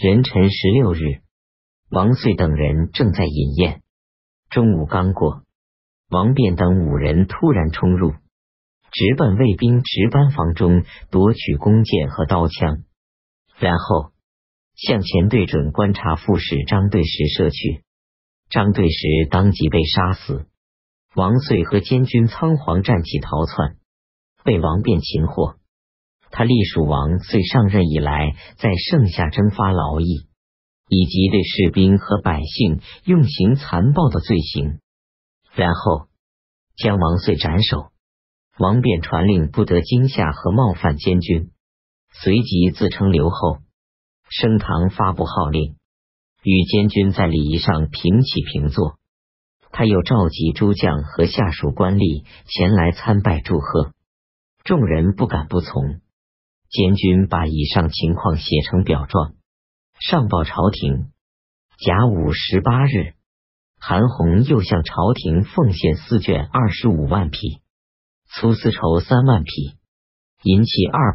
壬辰16日，王遂等人正在饮宴，中午刚过，王辩等5人突然冲入，直奔卫兵值班房中夺取弓箭和刀枪，然后向前对准观察副使张对石射去。张对石当即被杀死，王遂和监军仓皇战起逃窜，被王辩擒获。他隶属王遂上任以来在盛夏征发劳役，以及对士兵和百姓用刑残暴的罪行，然后将王遂斩首。王辩传令不得惊吓和冒犯监军，随即自称留后，升堂发布号令，与监军在礼仪上平起平坐。他又召集诸将和下属官吏前来参拜祝贺，众人不敢不从。监军把以上情况写成表状，上报朝廷。甲午18日，韩弘又向朝廷奉献丝绢25万匹，粗丝绸3万匹，银器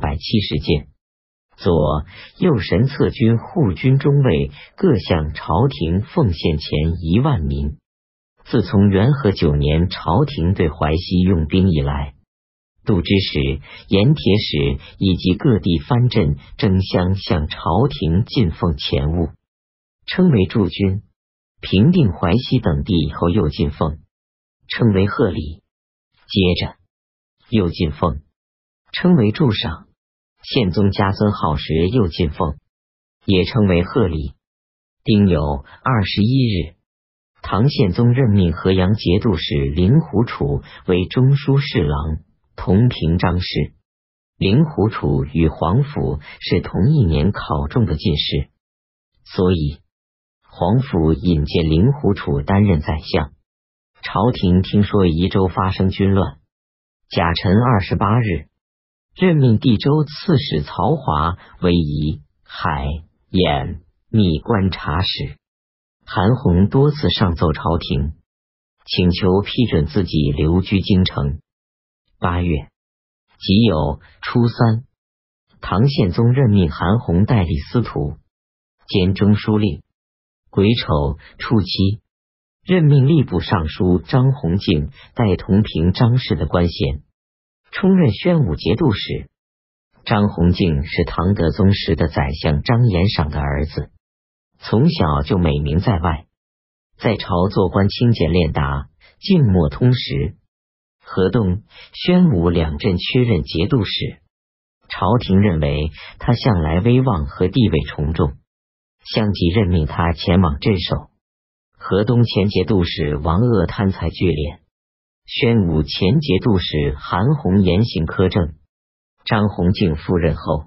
270件。左、右神策军护军中尉各向朝廷奉献钱1万民。自从元和9年朝廷对淮西用兵以来，度支使、盐铁使以及各地藩镇争相向朝廷进奉钱物，称为驻军。平定淮西等地以后又进奉，称为贺礼。接着又进奉，称为驻赏。宪宗加尊号时又进奉，也称为贺礼。丁酉21日，唐宪宗任命河阳节度使令狐楚为中书侍郎，同平章事。令狐楚与皇甫是同一年考中的进士，所以皇甫引荐令狐楚担任宰相。朝廷听说宜州发生军乱，甲辰28日，任命地州刺史曹华为宜、海、兖、密观察使。韩弘多次上奏朝廷，请求批准自己留居京城。8月己酉初3，唐宪宗任命韩弘代理司徒兼中书令。癸丑初7，任命吏部尚书张弘敬代同平章事的官衔，充任宣武节度使。张弘敬是唐德宗时的宰相张延赏的儿子，从小就美名在外，在朝做官清简练达，静默通识。河东、宣武2镇缺任节度使，朝廷认为他向来威望和地位崇重，相继任命他前往镇守。河东前节度使王鄂贪财聚敛，宣武前节度使韩弘严刑苛政。张弘敬赴任后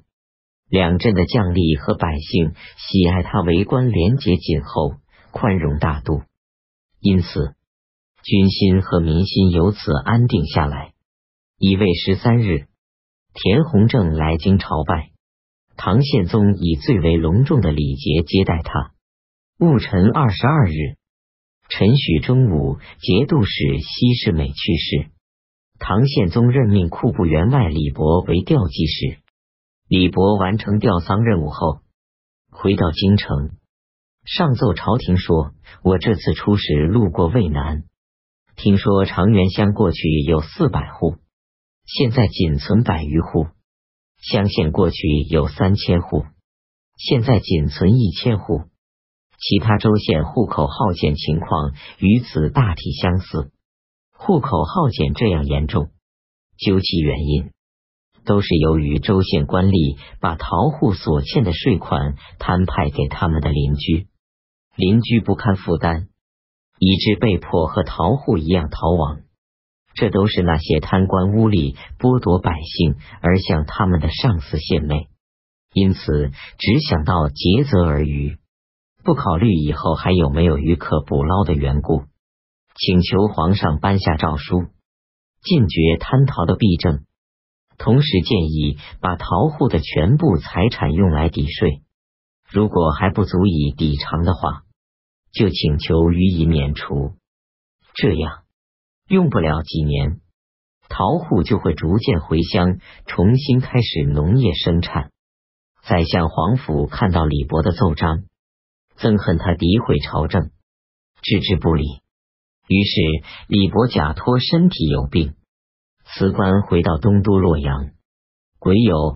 ，2镇的将吏和百姓喜爱他为官廉洁谨厚、宽容大度，因此军心和民心由此安定下来。乙未13日，田弘正来京朝拜，唐宪宗以最为隆重的礼节接待他。戊辰22日，陈许中武节度使西市美去世，唐宪宗任命库部员外李博为吊祭使。李博完成吊丧任务后，回到京城，上奏朝廷说：我这次出使路过渭南，听说长垣乡过去有400户，现在仅存100余户；乡县过去有3000户，现在仅存1000户。其他州县户口耗减情况与此大体相似。户口耗减这样严重，究其原因，都是由于州县官吏把逃户所欠的税款摊派给他们的邻居，邻居不堪负担，以致被迫和逃户一样逃亡。这都是那些贪官污吏剥夺百姓而向他们的上司献媚，因此只想到竭泽而渔，不考虑以后还有没有鱼可捕捞的缘故，请求皇上颁下诏书，禁绝贪逃的弊政，同时建议把逃户的全部财产用来抵税，如果还不足以抵偿的话，就请求予以免除。这样用不了几年，逃户就会逐渐回乡，重新开始农业生产。 宰相黄甫看到李博的奏章，憎恨他诋毁朝政，置之不理。于是李博假托身体有病，辞官回到东都洛阳。癸酉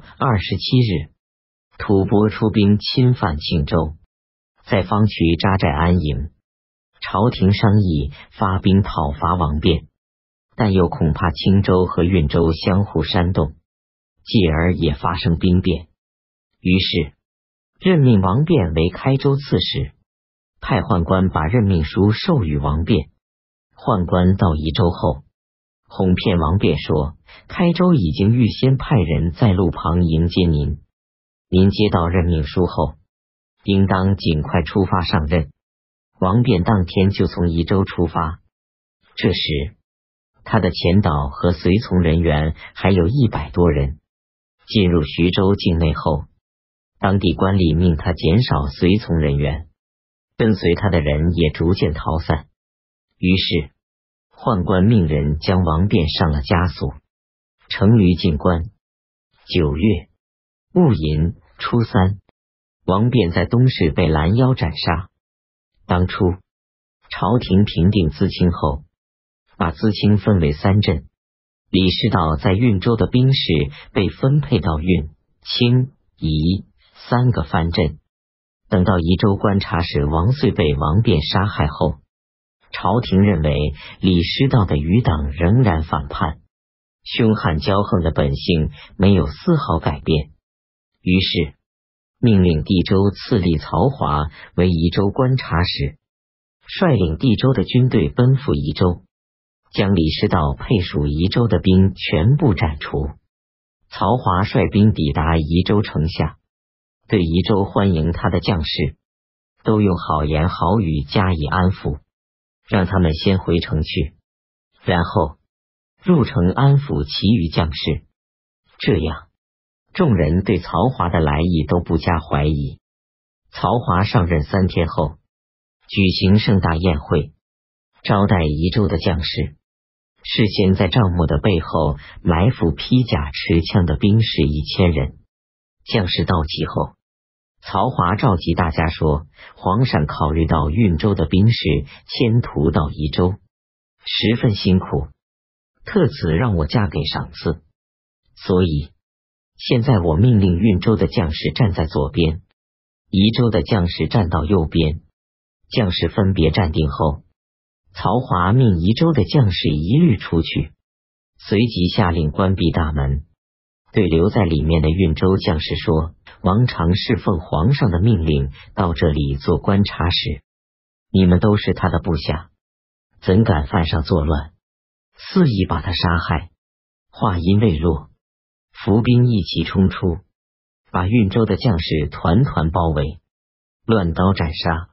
27日，吐蕃出兵侵犯庆州，在方渠扎寨安营。朝廷商议发兵讨伐王辩，但又恐怕青州和运州相互煽动，继而也发生兵变。于是任命王辩为开州刺史，派宦官把任命书授予王辩。宦官到宜州后，哄骗王辩说，开州已经预先派人在路旁迎接您，您接到任命书后，应当尽快出发上任。王辩当天就从宜州出发，这时他的前导和随从人员还有100多人。进入徐州境内后，当地官吏命他减少随从人员，跟随他的人也逐渐逃散。于是宦官命人将王辩上了枷锁，乘驴进关。9月戊寅初3，王辩在东市被拦腰斩杀。当初朝廷平定淄青后，把淄青分为3镇，李师道在运州的兵士被分配到运、青、宜3个藩镇。等到宜州观察使王遂被王辩杀害后，朝廷认为李师道的余党仍然反叛，凶悍骄横的本性没有丝毫改变，于是命令地州赐吏曹华为宜州观察使，率领地州的军队奔赴宜州，将李师道配属宜州的兵全部斩除。曹华率兵抵达宜州城下，对宜州欢迎他的将士都用好言好语加以安抚，让他们先回城去，然后入城安抚其余将士。这样众人对曹华的来意都不加怀疑。曹华上任3天后，举行盛大宴会，招待宜州的将士，事先在帐幕的背后埋伏披甲持枪的兵士1000人。将士到齐后，曹华召集大家说，皇上考虑到运州的兵士迁途到宜州十分辛苦，特此让我加给赏赐，所以现在我命令运州的将士站在左边，宜州的将士站到右边。将士分别站定后，曹华命宜州的将士一律出去，随即下令关闭大门，对留在里面的运州将士说，王常侍奉皇上的命令到这里做观察使，你们都是他的部下，怎敢犯上作乱，肆意把他杀害。话音未落，伏兵一齐冲出，把运州的将士团团包围，乱刀斩杀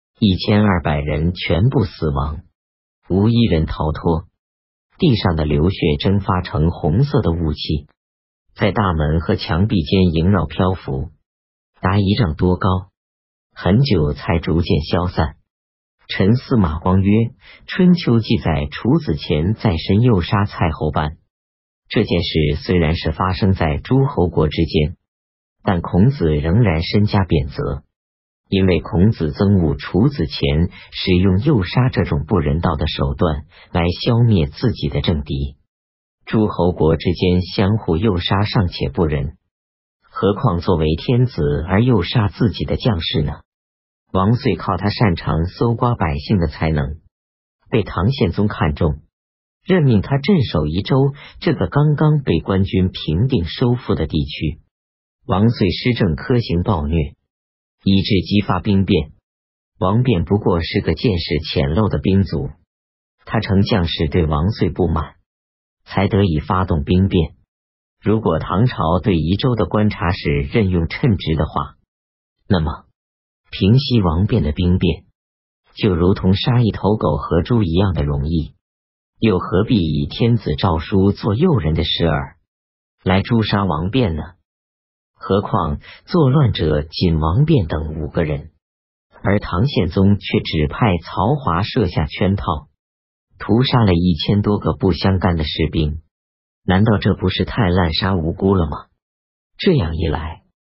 ，1200人全部死亡，无一人逃脱。地上的流血蒸发成红色的雾气，在大门和墙壁间萦绕漂浮，达1丈多高，很久才逐渐消散。陈司马光曰，春秋记载楚子虔在身诱杀蔡侯班，这件事虽然是发生在诸侯国之间，但孔子仍然深加贬责，因为孔子憎恶楚子虔使用诱杀这种不人道的手段来消灭自己的政敌。诸侯国之间相互诱杀尚且不仁，何况作为天子而诱杀自己的将士呢？王遂靠他擅长搜刮百姓的才能，被唐宪宗看中，任命他镇守宜州这个刚刚被官军平定收复的地区。王遂施政苛行暴虐，以致激发兵变。王辩不过是个见识浅陋的兵卒，他乘将士对王遂不满，才得以发动兵变。如果唐朝对宜州的观察使任用称职的话，那么平息王辩的兵变就如同杀一头狗和猪一样的容易，又何必以天子诏书做诱人的事儿来诛杀王辩呢？何况作乱者仅王辩等5个人，而唐宪宗却只派曹华设下圈套，屠杀了1000多个不相干的士兵，难道这不是太滥杀无辜了吗？这样一来，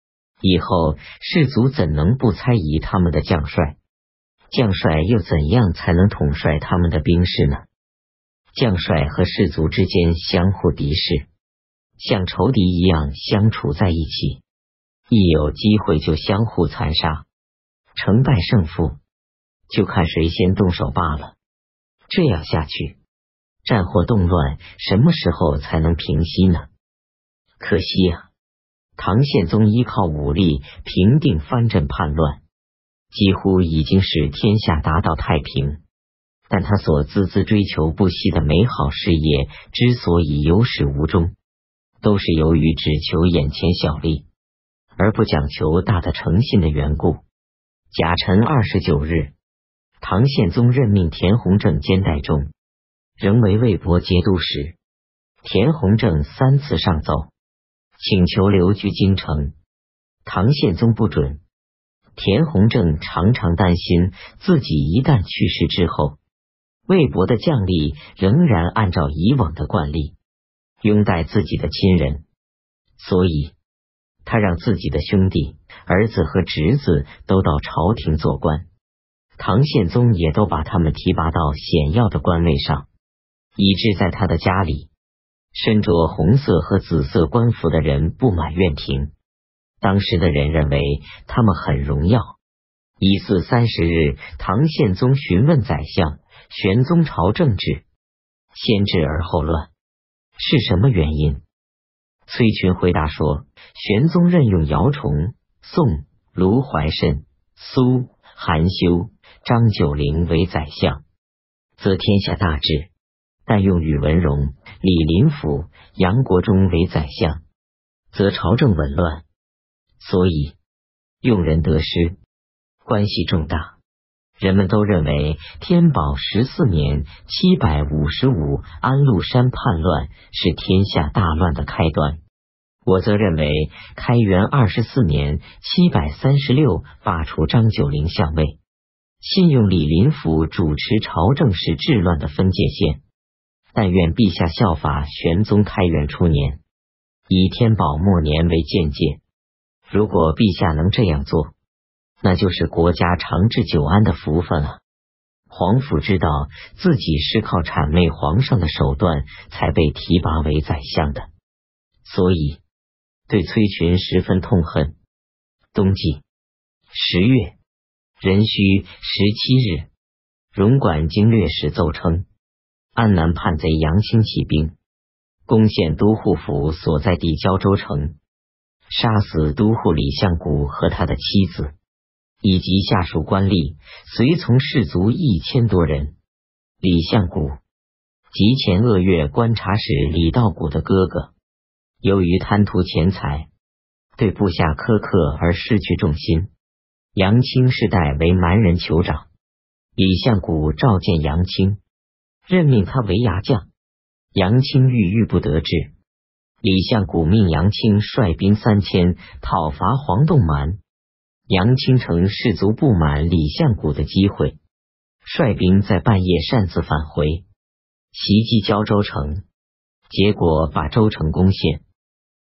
以后士卒怎能不猜疑他们的将帅？将帅又怎样才能统帅他们的兵士呢？将帅和士卒之间相互敌视，像仇敌一样相处在一起，一有机会就相互残杀，成败胜负就看谁先动手罢了。这样下去，战火动乱什么时候才能平息呢？可惜啊，唐宪宗依靠武力平定藩镇叛乱，几乎已经使天下达到太平，但他所孜孜追求不息的美好事业之所以有始无终，都是由于只求眼前小利，而不讲求大的诚信的缘故。甲辰29日，唐宪宗任命田弘正兼代中，仍为魏博节度使。田弘正3次上奏，请求留居京城，唐宪宗不准。田弘正常常担心自己一旦去世之后，魏博的将领仍然按照以往的惯例拥戴自己的亲人，所以他让自己的兄弟、儿子和侄子都到朝廷做官，唐宪宗也都把他们提拔到显要的官位上，以致在他的家里，身着红色和紫色官服的人布满院庭。当时的人认为他们很荣耀。乙巳30日，唐宪宗询问宰相玄宗朝政治，先治而后乱，是什么原因？崔群回答说，玄宗任用姚崇、宋、卢怀慎、苏、韩休、张九龄为宰相，则天下大治；但用宇文荣、李林甫、杨国忠为宰相，则朝政紊乱。所以用人得失，关系重大。人们都认为天宝14年755安禄山叛乱是天下大乱的开端，我则认为开元24年736罢黜张九龄相位，信用李林甫主持朝政是治乱的分界线。但愿陛下效法玄宗开元初年，以天宝末年为鉴界。如果陛下能这样做，那就是国家长治久安的福分了。皇甫知道自己是靠谄媚皇上的手段才被提拔为宰相的，所以对崔群十分痛恨。冬季10月壬戌17日，荣管经略使奏称，安南叛贼杨清起兵，攻陷都护府所在地胶州城，杀死都护李相谷和他的妻子，以及下属官吏、随从士卒1000多人。李相谷即前鄂岳观察使李道谷的哥哥，由于贪图钱财，对部下苛刻而失去重心。杨清世代为蛮人酋长，李相谷召见杨清，任命他为牙将。杨清郁不得志，李相谷命杨清率兵3000讨伐黄洞蛮。杨清乘士卒不满李相谷的机会，率兵在半夜擅自返回，袭击胶州城，结果把州城攻陷。